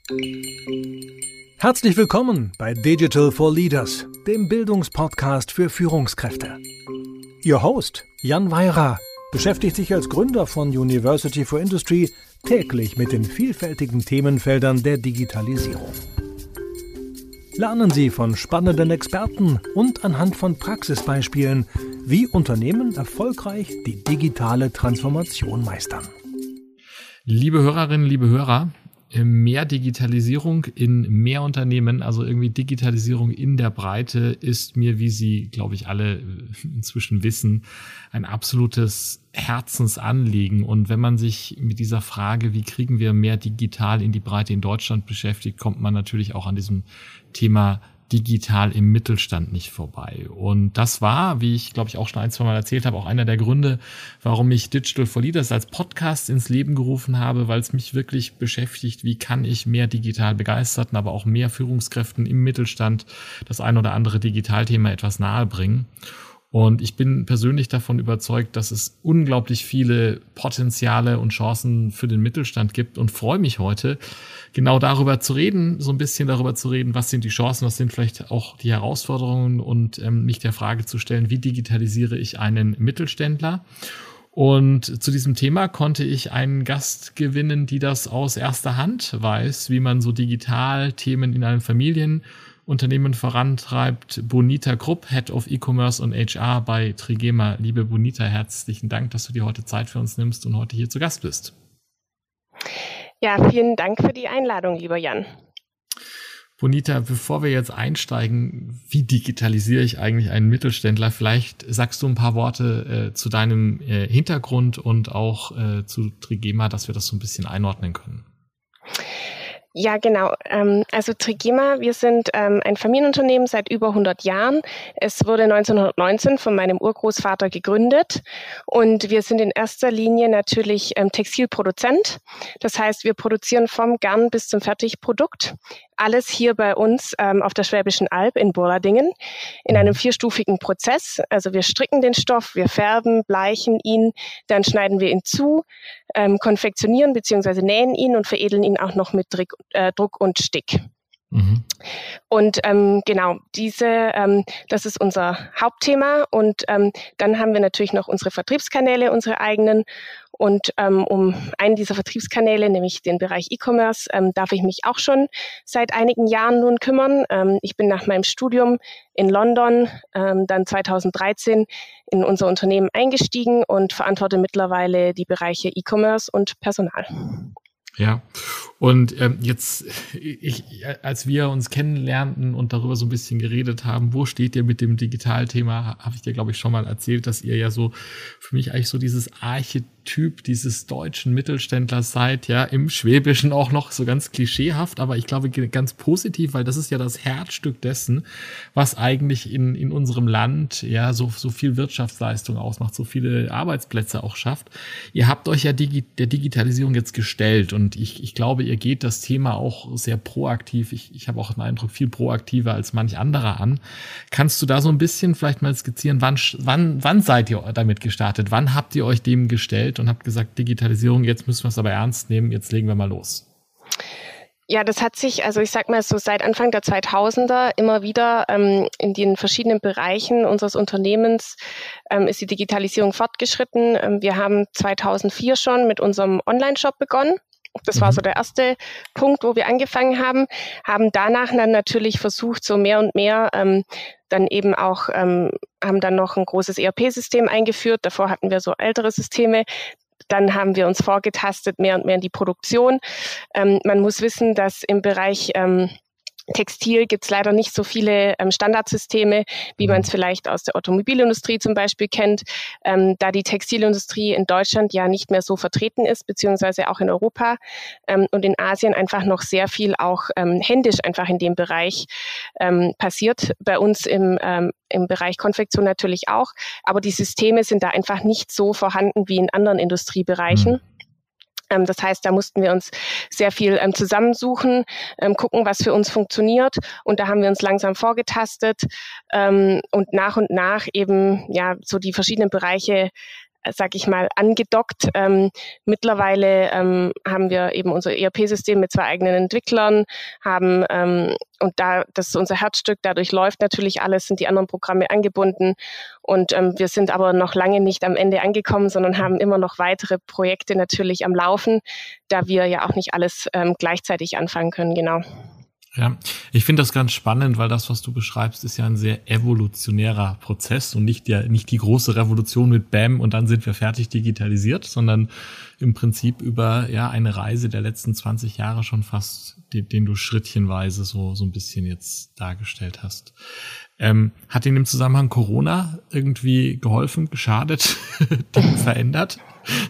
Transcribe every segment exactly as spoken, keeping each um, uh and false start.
Herzlich willkommen bei Digital for Leaders, dem Bildungspodcast für Führungskräfte. Ihr Host, Jan Weira, beschäftigt sich als Gründer von University for Industry täglich mit den vielfältigen Themenfeldern der Digitalisierung. Lernen Sie von spannenden Experten und anhand von Praxisbeispielen, wie Unternehmen erfolgreich die digitale Transformation meistern. Liebe Hörerinnen, liebe Hörer, mehr Digitalisierung in mehr Unternehmen, also irgendwie Digitalisierung in der Breite, ist mir, wie Sie, glaube ich, alle inzwischen wissen, ein absolutes Herzensanliegen. Und wenn man sich mit dieser Frage, wie kriegen wir mehr digital in die Breite in Deutschland beschäftigt, kommt man natürlich auch an diesem Thema digital im Mittelstand nicht vorbei. Und das war, wie ich glaube ich auch schon ein, zwei Mal erzählt habe, auch einer der Gründe, warum ich Digital for Leaders als Podcast ins Leben gerufen habe, weil es mich wirklich beschäftigt, wie kann ich mehr digital begeisterten, aber auch mehr Führungskräften im Mittelstand das ein oder andere Digitalthema etwas nahe bringen. Und ich bin persönlich davon überzeugt, dass es unglaublich viele Potenziale und Chancen für den Mittelstand gibt und freue mich heute, genau darüber zu reden, so ein bisschen darüber zu reden, was sind die Chancen, was sind vielleicht auch die Herausforderungen und ähm, mich der Frage zu stellen, wie digitalisiere ich einen Mittelständler? Und zu diesem Thema konnte ich einen Gast gewinnen, die das aus erster Hand weiß, wie man so digital Themen in einem Familienunternehmen vorantreibt. Bonita Krupp, Head of E-Commerce und H R bei Trigema. Liebe Bonita, herzlichen Dank, dass du dir heute Zeit für uns nimmst und heute hier zu Gast bist. Ja, vielen Dank für die Einladung, lieber Jan. Bonita, bevor wir jetzt einsteigen, wie digitalisiere ich eigentlich einen Mittelständler? Vielleicht sagst du ein paar Worte äh, zu deinem äh, Hintergrund und auch äh, zu Trigema, dass wir das so ein bisschen einordnen können. Ja, genau. Also Trigema, wir sind ein Familienunternehmen seit über hundert Jahren. Es wurde neunzehnhundertneunzehn von meinem Urgroßvater gegründet und wir sind in erster Linie natürlich Textilproduzent. Das heißt, wir produzieren vom Garn bis zum Fertigprodukt. Alles hier bei uns ähm, auf der Schwäbischen Alb in Borladingen in einem vierstufigen Prozess. Also wir stricken den Stoff, wir färben, bleichen ihn, dann schneiden wir ihn zu, ähm, konfektionieren bzw. nähen ihn und veredeln ihn auch noch mit Druck, äh, Druck und Stick. Mhm. Und ähm, genau, diese, ähm, das ist unser Hauptthema und ähm, dann haben wir natürlich noch unsere Vertriebskanäle, unsere eigenen und ähm, um einen dieser Vertriebskanäle, nämlich den Bereich E-Commerce, ähm, darf ich mich auch schon seit einigen Jahren nun kümmern. Ähm, ich bin nach meinem Studium in London ähm, dann zweitausenddreizehn in unser Unternehmen eingestiegen und verantworte mittlerweile die Bereiche E-Commerce und Personal. Ja, und ähm, jetzt, ich, als wir uns kennenlernten und darüber so ein bisschen geredet haben, wo steht ihr mit dem Digitalthema, habe ich dir, glaube ich, schon mal erzählt, dass ihr ja so für mich eigentlich so dieses Archetyp dieses deutschen Mittelständlers seid, ja, im Schwäbischen auch noch so ganz klischeehaft, aber ich glaube ganz positiv, weil das ist ja das Herzstück dessen, was eigentlich in in unserem Land ja so so viel Wirtschaftsleistung ausmacht, so viele Arbeitsplätze auch schafft. Ihr habt euch ja digi- der Digitalisierung jetzt gestellt und ich ich glaube, ihr geht das Thema auch sehr proaktiv. Ich ich habe auch den Eindruck, viel proaktiver als manch anderer an. Kannst du da so ein bisschen vielleicht mal skizzieren, wann wann wann seid ihr damit gestartet? Wann habt ihr euch dem gestellt und habt gesagt, Digitalisierung, jetzt müssen wir es aber ernst nehmen, jetzt legen wir mal los? Ja, das hat sich, also ich sag mal so seit Anfang der zweitausender immer wieder ähm, in den verschiedenen Bereichen unseres Unternehmens ähm, ist die Digitalisierung fortgeschritten. Ähm, wir haben zweitausendvier schon mit unserem Online-Shop begonnen. Das war so der erste Punkt, wo wir angefangen haben, haben danach dann natürlich versucht, so mehr und mehr ähm, dann eben auch, ähm, haben dann noch ein großes E R P-System eingeführt. Davor hatten wir so ältere Systeme. Dann haben wir uns vorgetastet mehr und mehr in die Produktion. Ähm, man muss wissen, dass im Bereich ähm, Textil gibt es leider nicht so viele ähm, Standardsysteme, wie man es vielleicht aus der Automobilindustrie zum Beispiel kennt, ähm, da die Textilindustrie in Deutschland ja nicht mehr so vertreten ist, beziehungsweise auch in Europa ähm, und in Asien einfach noch sehr viel auch ähm, händisch einfach in dem Bereich ähm, passiert. Bei uns im, ähm, im Bereich Konfektion natürlich auch, aber die Systeme sind da einfach nicht so vorhanden wie in anderen Industriebereichen. Mhm. Ähm, das heißt, da mussten wir uns sehr viel ähm, zusammensuchen, ähm, gucken, was für uns funktioniert. Und da haben wir uns langsam vorgetastet ähm, und nach und nach eben ja so die verschiedenen Bereiche sag ich mal, angedockt. Ähm, mittlerweile ähm, haben wir eben unser E R P-System mit zwei eigenen Entwicklern, haben ähm, und da das ist unser Herzstück, dadurch läuft natürlich alles, sind die anderen Programme angebunden und ähm, wir sind aber noch lange nicht am Ende angekommen, sondern haben immer noch weitere Projekte natürlich am Laufen, da wir ja auch nicht alles ähm, gleichzeitig anfangen können, genau. Ja, ich finde das ganz spannend, weil das, was du beschreibst, ist ja ein sehr evolutionärer Prozess und nicht der, nicht die große Revolution mit Bam und dann sind wir fertig digitalisiert, sondern im Prinzip über, ja, eine Reise der letzten zwanzig Jahre schon fast, den, den du schrittchenweise so, so ein bisschen jetzt dargestellt hast. Ähm, hat in dem Zusammenhang Corona irgendwie geholfen, geschadet, Dinge verändert?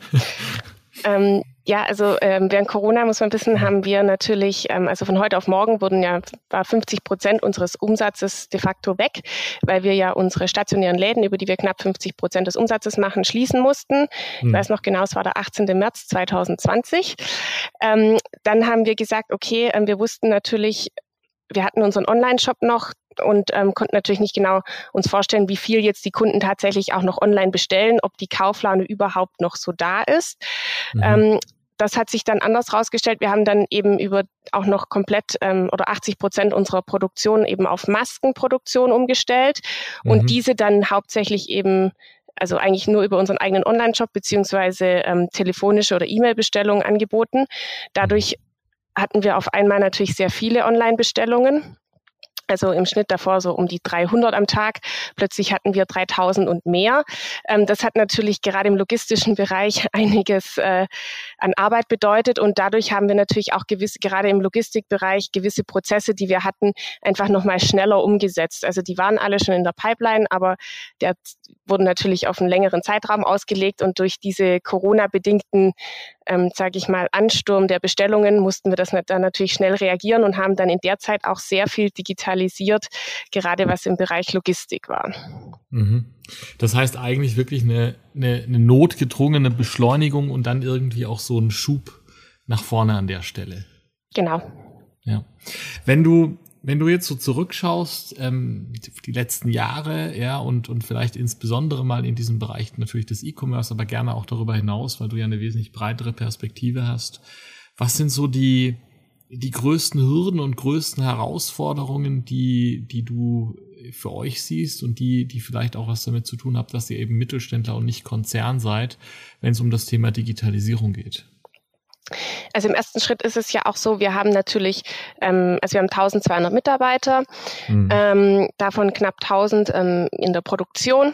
Ähm, ja, also ähm, während Corona, muss man wissen, haben wir natürlich, ähm, also von heute auf morgen wurden ja war fünfzig Prozent unseres Umsatzes de facto weg, weil wir ja unsere stationären Läden, über die wir knapp fünfzig Prozent des Umsatzes machen, schließen mussten. Mhm. Ich weiß noch genau, es war der achtzehnten März zweitausendzwanzig. Ähm, dann haben wir gesagt, okay, ähm, wir wussten natürlich, wir hatten unseren Online-Shop noch und ähm, konnten natürlich nicht genau uns vorstellen, wie viel jetzt die Kunden tatsächlich auch noch online bestellen, ob die Kauflaune überhaupt noch so da ist. Mhm. Ähm, das hat sich dann anders rausgestellt. Wir haben dann eben über auch noch komplett ähm, oder achtzig Prozent unserer Produktion eben auf Maskenproduktion umgestellt mhm. und diese dann hauptsächlich eben also eigentlich nur über unseren eigenen Online-Shop beziehungsweise ähm, telefonische oder E-Mail-Bestellungen angeboten. Dadurch hatten wir auf einmal natürlich sehr viele Online-Bestellungen. Also im Schnitt davor so um die dreihundert am Tag. Plötzlich hatten wir dreitausend und mehr. Ähm, das hat natürlich gerade im logistischen Bereich einiges äh, an Arbeit bedeutet und dadurch haben wir natürlich auch gewisse, gerade im Logistikbereich gewisse Prozesse, die wir hatten, einfach nochmal schneller umgesetzt. Also die waren alle schon in der Pipeline, aber der wurden natürlich auf einen längeren Zeitraum ausgelegt und durch diese Corona-bedingten Ähm, sage ich mal, Ansturm der Bestellungen mussten wir das dann natürlich schnell reagieren und haben dann in der Zeit auch sehr viel digitalisiert, gerade was im Bereich Logistik war. Mhm. Das heißt eigentlich wirklich eine, eine, eine notgedrungene Beschleunigung und dann irgendwie auch so ein Schub nach vorne an der Stelle. Genau. Ja. Wenn du Wenn du jetzt so zurückschaust, ähm, die letzten Jahre, ja, und, und vielleicht insbesondere mal in diesem Bereich natürlich des E-Commerce, aber gerne auch darüber hinaus, weil du ja eine wesentlich breitere Perspektive hast. Was sind so die, die größten Hürden und größten Herausforderungen, die, die du für euch siehst und die, die vielleicht auch was damit zu tun haben, dass ihr eben Mittelständler und nicht Konzern seid, wenn es um das Thema Digitalisierung geht? Also im ersten Schritt ist es ja auch so, wir haben natürlich, ähm, also wir haben eintausendzweihundert Mitarbeiter, mhm. ähm, davon knapp tausend ähm, in der Produktion.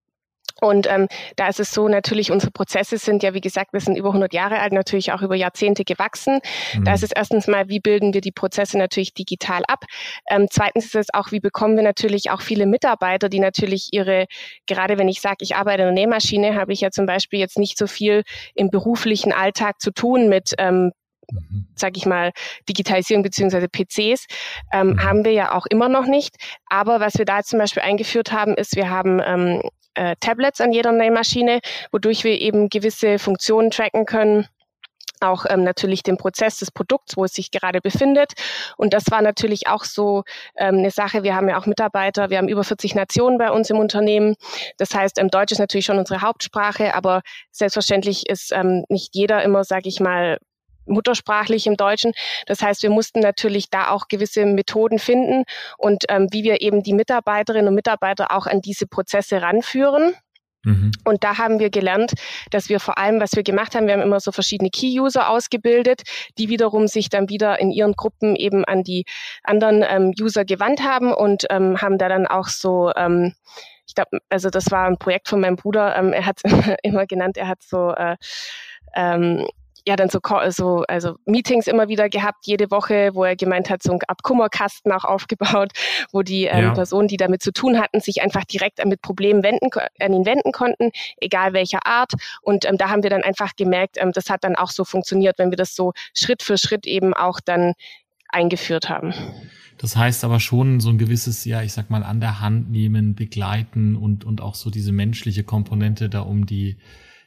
Und ähm, da ist es so, natürlich unsere Prozesse sind ja, wie gesagt, wir sind über hundert Jahre alt, natürlich auch über Jahrzehnte gewachsen. Mhm. Da ist es erstens mal, wie bilden wir die Prozesse natürlich digital ab. Ähm, zweitens ist es auch, wie bekommen wir natürlich auch viele Mitarbeiter, die natürlich ihre, gerade wenn ich sage, ich arbeite in einer Nähmaschine, habe ich ja zum Beispiel jetzt nicht so viel im beruflichen Alltag zu tun mit ähm, Mhm. sage ich mal, Digitalisierung beziehungsweise P Cs, ähm, mhm. haben wir ja auch immer noch nicht. Aber was wir da zum Beispiel eingeführt haben, ist, wir haben ähm, äh, Tablets an jeder Nähmaschine, wodurch wir eben gewisse Funktionen tracken können. Auch ähm, natürlich den Prozess des Produkts, wo es sich gerade befindet. Und das war natürlich auch so ähm, eine Sache. Wir haben ja auch Mitarbeiter, wir haben über vierzig Nationen bei uns im Unternehmen. Das heißt, ähm, Deutsch ist natürlich schon unsere Hauptsprache, aber selbstverständlich ist ähm, nicht jeder immer, sage ich mal, muttersprachlich im Deutschen. Das heißt, wir mussten natürlich da auch gewisse Methoden finden und ähm, wie wir eben die Mitarbeiterinnen und Mitarbeiter auch an diese Prozesse ranführen. Mhm. Und da haben wir gelernt, dass wir vor allem, was wir gemacht haben, wir haben immer so verschiedene Key-User ausgebildet, die wiederum sich dann wieder in ihren Gruppen eben an die anderen ähm, User gewandt haben und ähm, haben da dann auch so ähm, ich glaube, also das war ein Projekt von meinem Bruder, ähm, er hat es immer, immer genannt, er hat so äh, ähm, ja dann so, so also Meetings immer wieder gehabt, jede Woche, wo er gemeint hat, so ein Art Kummerkasten auch aufgebaut, wo die ähm, ja. Personen, die damit zu tun hatten, sich einfach direkt mit Problemen wenden, an ihn wenden konnten, egal welcher Art. Und ähm, da haben wir dann einfach gemerkt, ähm, das hat dann auch so funktioniert, wenn wir das so Schritt für Schritt eben auch dann eingeführt haben. Das heißt aber schon so ein gewisses, ja, ich sag mal, an der Hand nehmen, begleiten und und auch so diese menschliche Komponente da um die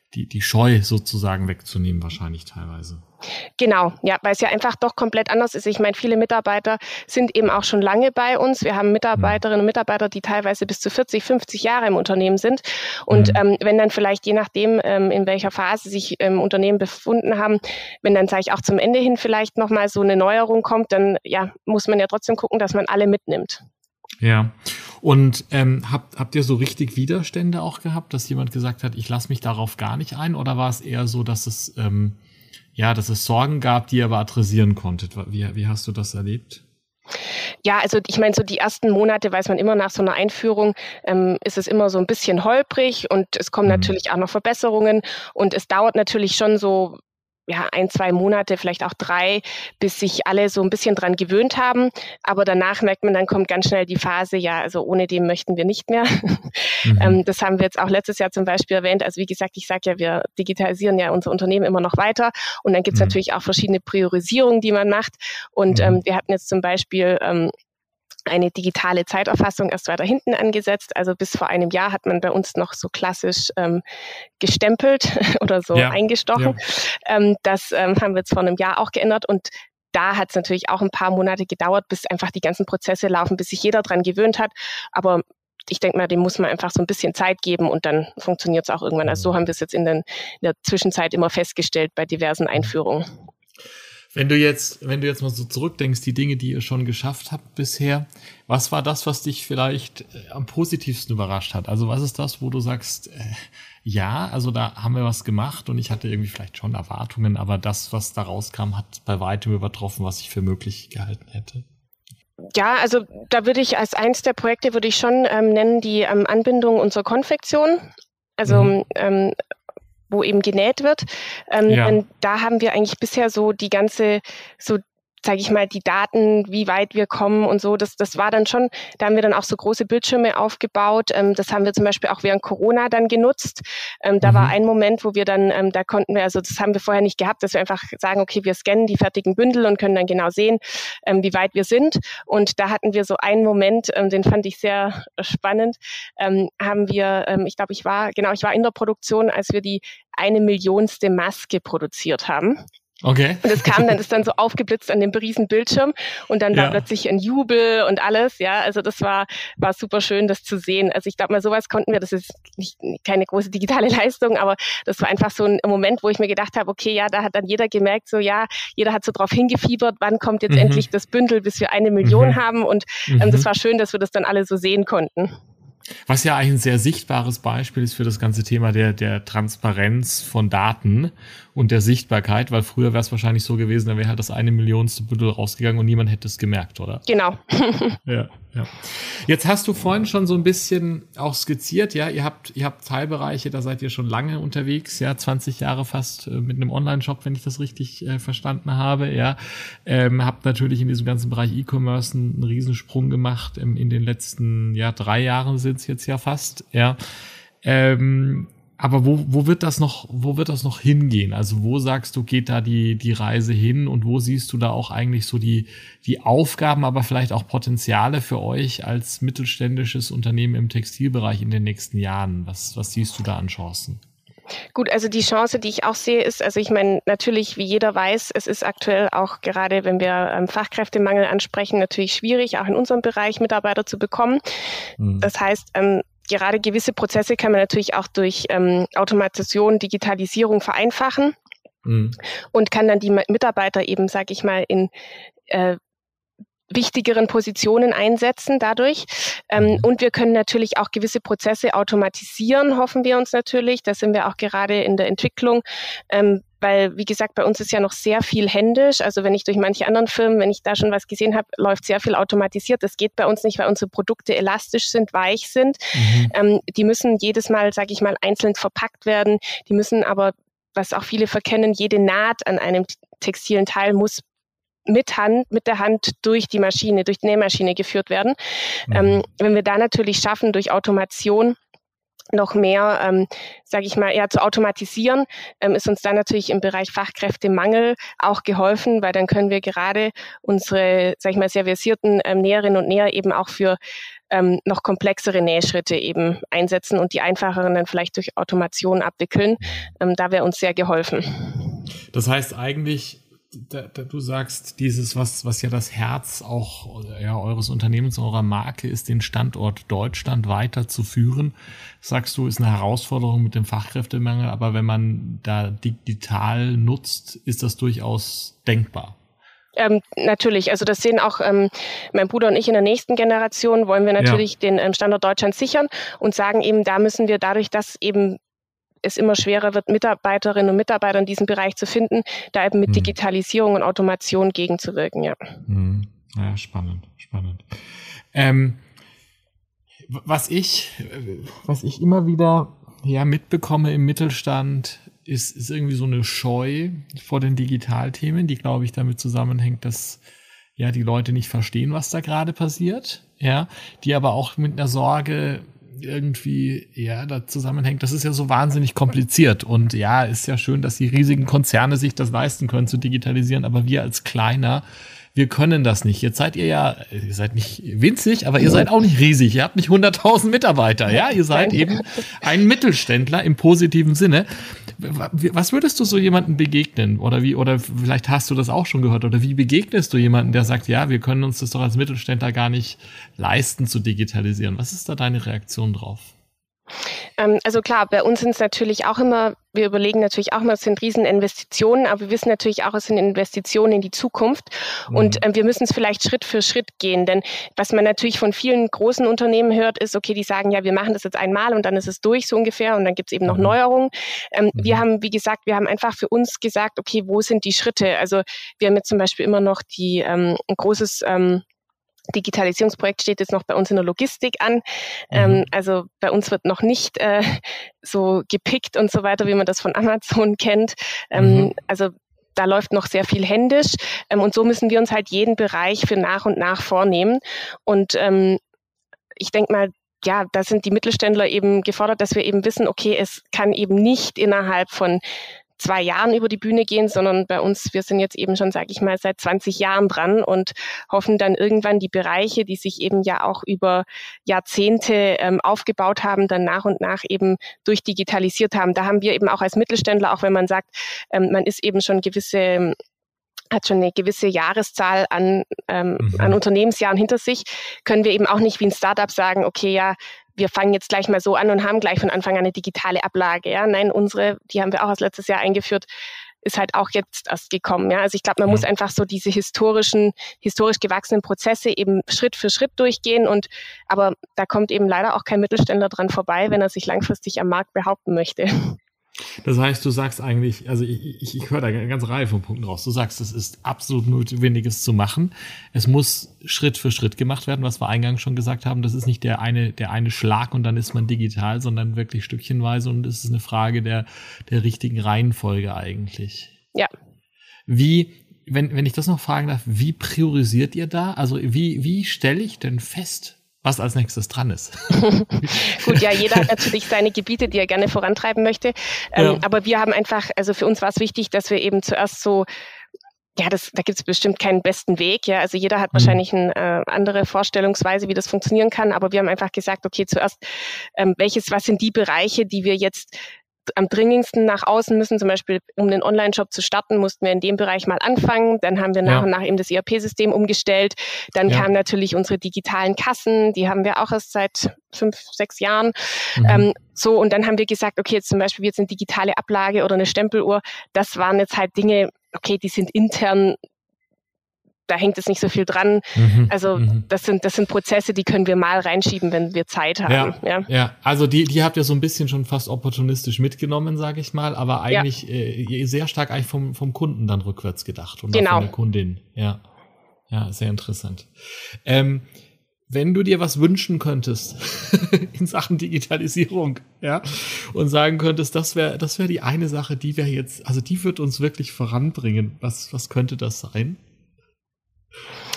die, die Scheu sozusagen wegzunehmen, wahrscheinlich teilweise. Genau, ja, weil es ja einfach doch komplett anders ist. Ich meine, viele Mitarbeiter sind eben auch schon lange bei uns. Wir haben Mitarbeiterinnen und Mitarbeiter, die teilweise bis zu vierzig, fünfzig Jahre im Unternehmen sind. Und mhm. ähm, wenn dann vielleicht, je nachdem, ähm, in welcher Phase sich im ähm, Unternehmen befunden haben, wenn dann, sage ich, auch zum Ende hin vielleicht nochmal so eine Neuerung kommt, dann ja, muss man ja trotzdem gucken, dass man alle mitnimmt. Ja, und ähm, habt, habt ihr so richtig Widerstände auch gehabt, dass jemand gesagt hat, ich lasse mich darauf gar nicht ein? Oder war es eher so, dass es ähm, ja, dass es Sorgen gab, die ihr aber adressieren konntet? Wie, wie hast du das erlebt? Ja, also ich meine, so die ersten Monate weiß man immer nach so einer Einführung, ähm, ist es immer so ein bisschen holprig und es kommen mhm. natürlich auch noch Verbesserungen und es dauert natürlich schon so ja, ein, zwei Monate, vielleicht auch drei, bis sich alle so ein bisschen dran gewöhnt haben. Aber danach merkt man, dann kommt ganz schnell die Phase, ja, also ohne dem möchten wir nicht mehr. Mhm. ähm, das haben wir jetzt auch letztes Jahr zum Beispiel erwähnt. Also wie gesagt, ich sage ja, wir digitalisieren ja unser Unternehmen immer noch weiter. Und dann gibt es mhm. natürlich auch verschiedene Priorisierungen, die man macht. Und mhm. ähm, wir hatten jetzt zum Beispiel ähm, eine digitale Zeiterfassung erst weiter hinten angesetzt. Also bis vor einem Jahr hat man bei uns noch so klassisch ähm, gestempelt oder so ja, eingestochen. Ja. Ähm, das ähm, haben wir jetzt vor einem Jahr auch geändert und da hat es natürlich auch ein paar Monate gedauert, bis einfach die ganzen Prozesse laufen, bis sich jeder dran gewöhnt hat. Aber ich denke mal, dem muss man einfach so ein bisschen Zeit geben und dann funktioniert es auch irgendwann. Also so haben wir es jetzt in, den, in der Zwischenzeit immer festgestellt bei diversen Einführungen. Wenn du jetzt, wenn du jetzt mal so zurückdenkst, die Dinge, die ihr schon geschafft habt bisher, was war das, was dich vielleicht äh, am positivsten überrascht hat? Also was ist das, wo du sagst, äh, ja, also da haben wir was gemacht und ich hatte irgendwie vielleicht schon Erwartungen, aber das, was da rauskam, hat bei weitem übertroffen, was ich für möglich gehalten hätte? Ja, also da würde ich als eins der Projekte würde ich schon ähm, nennen, die ähm, Anbindung unserer Konfektion. Also mhm. ähm, wo eben genäht wird. Ähm, ja. Denn da haben wir eigentlich bisher so die ganze, so sage ich mal, die Daten, wie weit wir kommen und so, das, das war dann schon, da haben wir dann auch so große Bildschirme aufgebaut. Ähm, das haben wir zum Beispiel auch während Corona dann genutzt. Ähm, da mhm. war ein Moment, wo wir dann, ähm, da konnten wir, also das haben wir vorher nicht gehabt, dass wir einfach sagen, okay, wir scannen die fertigen Bündel und können dann genau sehen, ähm, wie weit wir sind. Und da hatten wir so einen Moment, ähm, den fand ich sehr spannend, ähm, haben wir, ähm, ich glaube, ich war, genau, ich war in der Produktion, als wir die eine Millionste Maske produziert haben. Okay. Und es kam dann, ist dann so aufgeblitzt an dem riesen Bildschirm und dann ja. war plötzlich ein Jubel und alles, ja, also das war, war super schön, das zu sehen. Also ich glaube mal, sowas konnten wir, das ist nicht, keine große digitale Leistung, aber das war einfach so ein Moment, wo ich mir gedacht habe, okay, ja, da hat dann jeder gemerkt, so ja, jeder hat so drauf hingefiebert, wann kommt jetzt mhm. endlich das Bündel, bis wir eine Million mhm. haben und ähm, mhm. das war schön, dass wir das dann alle so sehen konnten. Was ja eigentlich ein sehr sichtbares Beispiel ist für das ganze Thema der, der Transparenz von Daten und der Sichtbarkeit, weil früher wäre es wahrscheinlich so gewesen, da wäre halt das eine Millionste Bündel rausgegangen und niemand hätte es gemerkt, oder? Genau. Ja, ja. Jetzt hast du vorhin schon so ein bisschen auch skizziert, ja, ihr habt, ihr habt Teilbereiche, da seid ihr schon lange unterwegs, ja, zwanzig Jahre fast äh, mit einem Online-Shop, wenn ich das richtig äh, verstanden habe, ja, ähm, habt natürlich in diesem ganzen Bereich E-Commerce einen, einen Riesensprung gemacht, ähm, in den letzten, ja, drei Jahren sind es jetzt ja fast, ja, ähm, aber wo, wo wird das noch, wo wird das noch hingehen? Also wo sagst du, geht da die, die Reise hin und wo siehst du da auch eigentlich so die, die Aufgaben, aber vielleicht auch Potenziale für euch als mittelständisches Unternehmen im Textilbereich in den nächsten Jahren? Was, was siehst du da an Chancen? Gut, also die Chance, die ich auch sehe, ist, also ich meine, natürlich, wie jeder weiß, es ist aktuell auch gerade, wenn wir ähm, Fachkräftemangel ansprechen, natürlich schwierig, auch in unserem Bereich Mitarbeiter zu bekommen. Mhm. Das heißt, ähm, gerade gewisse Prozesse kann man natürlich auch durch ähm, Automation, Digitalisierung vereinfachen mhm. und kann dann die Mitarbeiter eben, sage ich mal, in äh, wichtigeren Positionen einsetzen dadurch. Ähm, und wir können natürlich auch gewisse Prozesse automatisieren, hoffen wir uns natürlich. Da sind wir auch gerade in der Entwicklung. Ähm, weil, wie gesagt, bei uns ist ja noch sehr viel händisch. Also wenn ich durch manche anderen Firmen, wenn ich da schon was gesehen habe, läuft sehr viel automatisiert. Das geht bei uns nicht, weil unsere Produkte elastisch sind, weich sind. Mhm. Ähm, die müssen jedes Mal, sage ich mal, einzeln verpackt werden. Die müssen aber, was auch viele verkennen, jede Naht an einem textilen Teil muss mit Hand, mit der Hand durch die Maschine, durch die Nähmaschine geführt werden. Mhm. Ähm, wenn wir da natürlich schaffen, durch Automation noch mehr, ähm, sage ich mal, eher zu automatisieren, ähm, ist uns dann natürlich im Bereich Fachkräftemangel auch geholfen, weil dann können wir gerade unsere, sage ich mal, sehr versierten ähm, Näherinnen und Näher eben auch für ähm, noch komplexere Nähschritte eben einsetzen und die einfacheren dann vielleicht durch Automation abwickeln. Ähm, da wäre uns sehr geholfen. Das heißt eigentlich, Da, da, du sagst, dieses, was, was ja das Herz auch ja, eures Unternehmens, eurer Marke ist, den Standort Deutschland weiter zu führen. Sagst du, ist eine Herausforderung mit dem Fachkräftemangel, aber wenn man da digital nutzt, ist das durchaus denkbar. Ähm, natürlich, also das sehen auch ähm, mein Bruder und ich in der nächsten Generation, wollen wir natürlich ja. den ähm, Standort Deutschland sichern und sagen eben, da müssen wir dadurch, dass eben es immer schwerer wird, Mitarbeiterinnen und Mitarbeiter in diesem Bereich zu finden, da eben mit hm. Digitalisierung und Automation gegenzuwirken, ja. Hm. Ja, spannend, spannend. Ähm, was ich, was ich immer wieder ja mitbekomme im Mittelstand, ist, ist irgendwie so eine Scheu vor den Digitalthemen, die, glaube ich, damit zusammenhängt, dass ja die Leute nicht verstehen, was da gerade passiert, ja, die aber auch mit einer Sorge irgendwie, ja, da zusammenhängt, das ist ja so wahnsinnig kompliziert und ja, ist ja schön, dass die riesigen Konzerne sich das leisten können zu digitalisieren, aber wir als Kleiner, wir können das nicht. Jetzt seid ihr ja, ihr seid nicht winzig, aber ihr seid auch nicht riesig. Ihr habt nicht hunderttausend Mitarbeiter, ja? Ihr seid eben ein Mittelständler im positiven Sinne. Was würdest du so jemandem begegnen? Oder wie, oder vielleicht hast du das auch schon gehört, oder wie begegnest du jemanden, der sagt, ja, wir können uns das doch als Mittelständler gar nicht leisten zu digitalisieren? Was ist da deine Reaktion drauf? Also klar, bei uns sind es natürlich auch immer, wir überlegen natürlich auch immer, es sind Rieseninvestitionen, aber wir wissen natürlich auch, es sind Investitionen in die Zukunft und mhm. äh, wir müssen es vielleicht Schritt für Schritt gehen, denn was man natürlich von vielen großen Unternehmen hört, ist, okay, die sagen, ja, wir machen das jetzt einmal und dann ist es durch so ungefähr und dann gibt es eben noch Neuerungen. Ähm, mhm. Wir haben, wie gesagt, wir haben einfach für uns gesagt, okay, wo sind die Schritte? Also wir haben jetzt zum Beispiel immer noch die ähm, ein großes ähm, Digitalisierungsprojekt steht jetzt noch bei uns in der Logistik an. Mhm. Ähm, also bei uns wird noch nicht äh, so gepickt und so weiter, wie man das von Amazon kennt. Ähm, mhm. Also da läuft noch sehr viel händisch. Ähm, und so müssen wir uns halt jeden Bereich für nach und nach vornehmen. Und ähm, ich denke mal, ja, da sind die Mittelständler eben gefordert, dass wir eben wissen, okay, es kann eben nicht innerhalb von zwei Jahren über die Bühne gehen, sondern bei uns, wir sind jetzt eben schon, sage ich mal, seit zwanzig Jahren dran und hoffen dann irgendwann die Bereiche, die sich eben ja auch über Jahrzehnte ähm, aufgebaut haben, dann nach und nach eben durchdigitalisiert haben. Da haben wir eben auch als Mittelständler, auch wenn man sagt, ähm, man ist eben schon gewisse hat schon eine gewisse Jahreszahl an, ähm, mhm. an Unternehmensjahren hinter sich, können wir eben auch nicht wie ein Startup sagen, okay, ja, wir fangen jetzt gleich mal so an und haben gleich von Anfang an eine digitale Ablage. Ja, nein, unsere, die haben wir auch erst letztes Jahr eingeführt, ist halt auch jetzt erst gekommen. Ja, also ich glaube, man ja. muss einfach so diese historischen, historisch gewachsenen Prozesse eben Schritt für Schritt durchgehen und, aber da kommt eben leider auch kein Mittelständler dran vorbei, wenn er sich langfristig am Markt behaupten möchte. Das heißt, du sagst eigentlich, also ich, ich, ich höre da eine ganze Reihe von Punkten raus. Du sagst, es ist absolut notwendiges zu machen. Es muss Schritt für Schritt gemacht werden, was wir eingangs schon gesagt haben. Das ist nicht der eine, der eine Schlag und dann ist man digital, sondern wirklich stückchenweise und es ist eine Frage der, der richtigen Reihenfolge eigentlich. Ja. Wie, wenn, wenn ich das noch fragen darf, wie priorisiert ihr da? Also wie, wie stelle ich denn fest, was als nächstes dran ist? Gut, ja, jeder hat natürlich seine Gebiete, die er gerne vorantreiben möchte. Ähm, ja. Aber wir haben einfach, also für uns war es wichtig, dass wir eben zuerst so, ja, das, da gibt es bestimmt keinen besten Weg. Ja, also jeder hat mhm. wahrscheinlich eine äh, andere Vorstellungsweise, wie das funktionieren kann. Aber wir haben einfach gesagt, okay, zuerst, ähm, welches, was sind die Bereiche, die wir jetzt am dringendsten nach außen müssen, zum Beispiel um den Online-Shop zu starten, mussten wir in dem Bereich mal anfangen. Dann haben wir nach ja. und nach eben das E R P-System umgestellt. Dann ja. kamen natürlich unsere digitalen Kassen, die haben wir auch erst seit fünf, sechs Jahren. Mhm. Ähm, so, und dann haben wir gesagt, okay, jetzt zum Beispiel jetzt eine digitale Ablage oder eine Stempeluhr, das waren jetzt halt Dinge, okay, die sind intern, da hängt es nicht so viel dran. Mhm, also mhm. das sind das sind Prozesse, die können wir mal reinschieben, wenn wir Zeit haben. Ja, ja. ja. Also die die habt ihr so ein bisschen schon fast opportunistisch mitgenommen, sage ich mal, aber eigentlich ja. äh, sehr stark eigentlich vom vom Kunden dann rückwärts gedacht und genau. von der Kundin. Ja, ja, sehr interessant. Ähm, wenn du dir was wünschen könntest in Sachen Digitalisierung, ja, und sagen könntest, das wäre das wäre die eine Sache, die wir jetzt, also die wird uns wirklich voranbringen. Was was könnte das sein?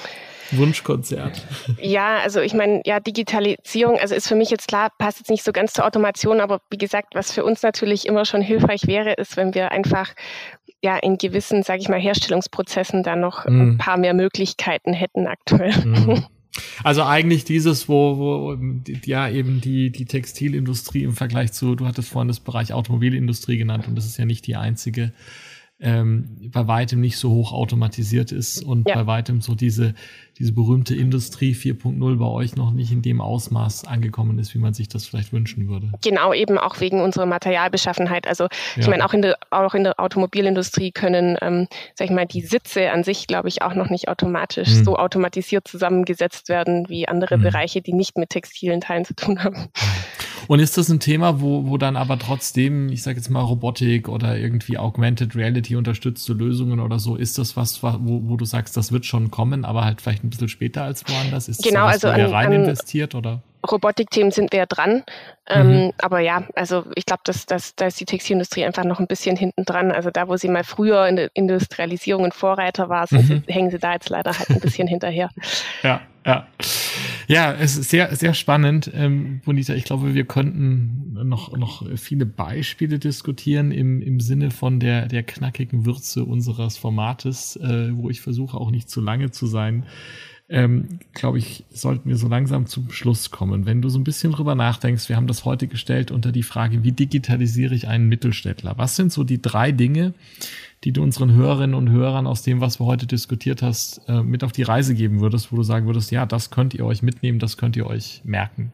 Wunschkonzert. Ja, also ich meine, ja, Digitalisierung, also ist für mich jetzt klar, passt jetzt nicht so ganz zur Automation, aber wie gesagt, was für uns natürlich immer schon hilfreich wäre, ist, wenn wir einfach ja in gewissen, sage ich mal, Herstellungsprozessen da noch mm. ein paar mehr Möglichkeiten hätten aktuell. Mm. Also eigentlich dieses, wo, wo ja eben die, die Textilindustrie im Vergleich zu, du hattest vorhin das Bereich Automobilindustrie genannt und das ist ja nicht die einzige, ähm, bei weitem nicht so hoch automatisiert ist und ja. bei weitem so diese, diese berühmte Industrie vier Punkt null bei euch noch nicht in dem Ausmaß angekommen ist, wie man sich das vielleicht wünschen würde. Genau, eben auch wegen unserer Materialbeschaffenheit. Also ich ja. meine, auch in der, auch in der Automobilindustrie können, ähm, sag ich mal, die Sitze an sich, glaube ich, auch noch nicht automatisch hm. so automatisiert zusammengesetzt werden wie andere hm. Bereiche, die nicht mit textilen Teilen zu tun haben. Und ist das ein Thema, wo, wo dann aber trotzdem, ich sage jetzt mal Robotik oder irgendwie Augmented Reality unterstützte Lösungen oder so, ist das was, wo, wo du sagst, das wird schon kommen, aber halt vielleicht ein bisschen später als woanders? Ist genau, das also was, wo ihr an, rein an investiert oder? Robotikthemen sind wir ja dran. Ähm, mhm. Aber ja, also ich glaube, dass, dass, da ist die Textilindustrie einfach noch ein bisschen hinten dran. Also da, wo sie mal früher in der Industrialisierung ein Vorreiter war, mhm. sie, hängen sie da jetzt leider halt ein bisschen hinterher. Ja, ja. Ja, es ist sehr, sehr spannend, ähm, Bonita. Ich glaube, wir könnten noch, noch viele Beispiele diskutieren im, im Sinne von der, der knackigen Würze unseres Formates, äh, wo ich versuche, auch nicht zu lange zu sein. Ähm, glaube ich, sollten wir so langsam zum Schluss kommen. Wenn du so ein bisschen drüber nachdenkst, wir haben das heute gestellt unter die Frage, wie digitalisiere ich einen Mittelständler? Was sind so die drei Dinge, die du unseren Hörerinnen und Hörern aus dem, was wir heute diskutiert hast, äh, mit auf die Reise geben würdest, wo du sagen würdest, ja, das könnt ihr euch mitnehmen, das könnt ihr euch merken?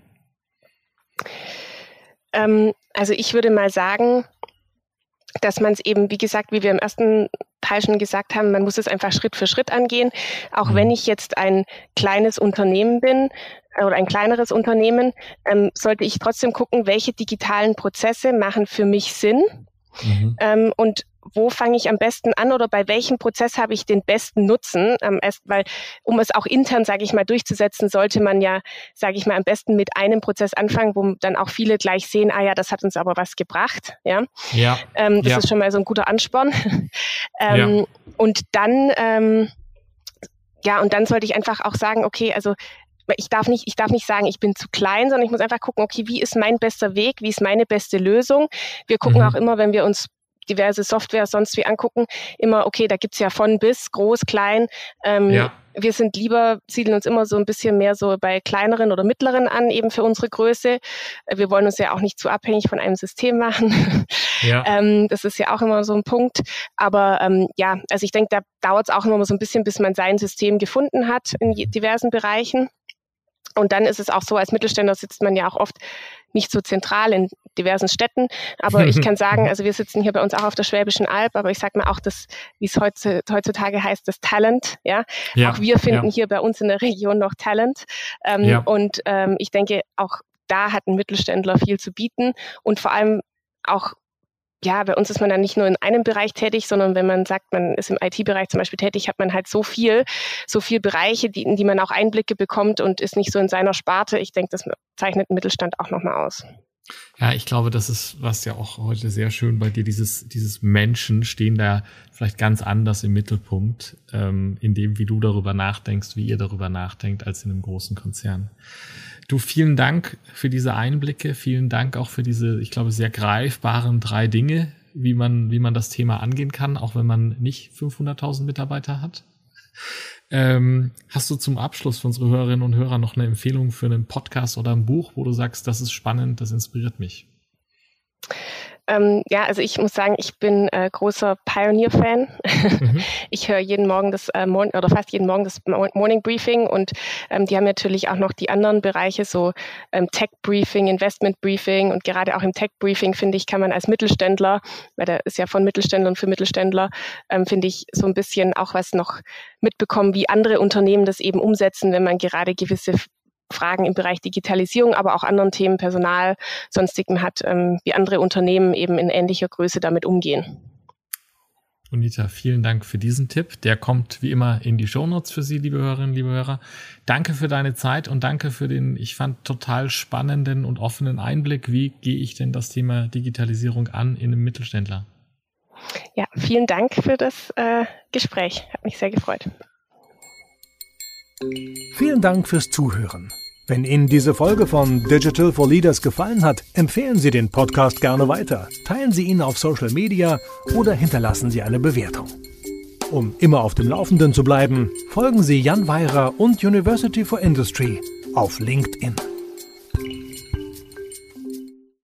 Ähm, also ich würde mal sagen, dass man es eben, wie gesagt, wie wir im ersten Teil schon gesagt haben, man muss es einfach Schritt für Schritt angehen. Auch mhm. wenn ich jetzt ein kleines Unternehmen bin oder ein kleineres Unternehmen, ähm, sollte ich trotzdem gucken, welche digitalen Prozesse machen für mich Sinn mhm. ähm, und wo fange ich am besten an oder bei welchem Prozess habe ich den besten Nutzen? Ähm, erst, weil, um es auch intern, sage ich mal, durchzusetzen, sollte man ja, sage ich mal, am besten mit einem Prozess anfangen, wo dann auch viele gleich sehen, ah ja, das hat uns aber was gebracht. Ja, ja. Ähm, das ja. ist schon mal so ein guter Ansporn. ähm, ja. Und dann, ähm, ja, und dann sollte ich einfach auch sagen, okay, also ich darf nicht, ich darf nicht sagen, ich bin zu klein, sondern ich muss einfach gucken, okay, wie ist mein bester Weg, wie ist meine beste Lösung? Wir gucken mhm. auch immer, wenn wir uns diverse Software sonst wie angucken, immer, okay, da gibt's ja von bis, groß, klein. Ähm, ja. Wir sind lieber, siedeln uns immer so ein bisschen mehr so bei kleineren oder mittleren an, eben für unsere Größe. Wir wollen uns ja auch nicht zu abhängig von einem System machen. Ja. ähm, das ist ja auch immer so ein Punkt. Aber ähm, ja, also ich denke, da dauert es auch immer so ein bisschen, bis man sein System gefunden hat in diversen Bereichen. Und dann ist es auch so, als Mittelständler sitzt man ja auch oft nicht so zentral in diversen Städten. Aber ich kann sagen, also wir sitzen hier bei uns auch auf der Schwäbischen Alb, aber ich sage mal auch das, wie es heutzutage heißt, das Talent. Ja, ja auch wir finden ja. hier bei uns in der Region noch Talent. Ähm, ja. Und ähm, ich denke, auch da hat ein Mittelständler viel zu bieten und vor allem auch, ja, bei uns ist man dann nicht nur in einem Bereich tätig, sondern wenn man sagt, man ist im I T-Bereich zum Beispiel tätig, hat man halt so viel, so viel Bereiche, die, in die man auch Einblicke bekommt und ist nicht so in seiner Sparte. Ich denke, das zeichnet einen Mittelstand auch nochmal aus. Ja, ich glaube, das ist, was ja auch heute sehr schön bei dir, dieses, dieses Menschen stehen da vielleicht ganz anders im Mittelpunkt, ähm, in dem, wie du darüber nachdenkst, wie ihr darüber nachdenkt, als in einem großen Konzern. Du, vielen Dank für diese Einblicke, vielen Dank auch für diese, ich glaube, sehr greifbaren drei Dinge, wie man, wie man das Thema angehen kann, auch wenn man nicht fünfhunderttausend Mitarbeiter hat. Ähm, hast du zum Abschluss für unsere Hörerinnen und Hörer noch eine Empfehlung für einen Podcast oder ein Buch, wo du sagst, das ist spannend, das inspiriert mich? Ähm, ja, also ich muss sagen, ich bin äh, großer Pioneer-Fan. Mhm. Ich höre jeden Morgen das äh, Morning, oder fast jeden Morgen das Morning Briefing und ähm, die haben natürlich auch noch die anderen Bereiche, so ähm, Tech Briefing, Investment Briefing und gerade auch im Tech Briefing, finde ich, kann man als Mittelständler, weil der ist ja von Mittelständlern für Mittelständler, ähm, finde ich so ein bisschen auch was noch mitbekommen, wie andere Unternehmen das eben umsetzen, wenn man gerade gewisse Fragen im Bereich Digitalisierung, aber auch anderen Themen, Personal, Sonstigem hat, ähm, wie andere Unternehmen eben in ähnlicher Größe damit umgehen. Bonita, vielen Dank für diesen Tipp. Der kommt wie immer in die Shownotes für Sie, liebe Hörerinnen, liebe Hörer. Danke für deine Zeit und danke für den, ich fand, total spannenden und offenen Einblick. Wie gehe ich denn das Thema Digitalisierung an in einem Mittelständler? Ja, vielen Dank für das äh, Gespräch. Hat mich sehr gefreut. Vielen Dank fürs Zuhören. Wenn Ihnen diese Folge von Digital for Leaders gefallen hat, empfehlen Sie den Podcast gerne weiter, teilen Sie ihn auf Social Media oder hinterlassen Sie eine Bewertung. Um immer auf dem Laufenden zu bleiben, folgen Sie Jan Weyra und University for Industry auf LinkedIn.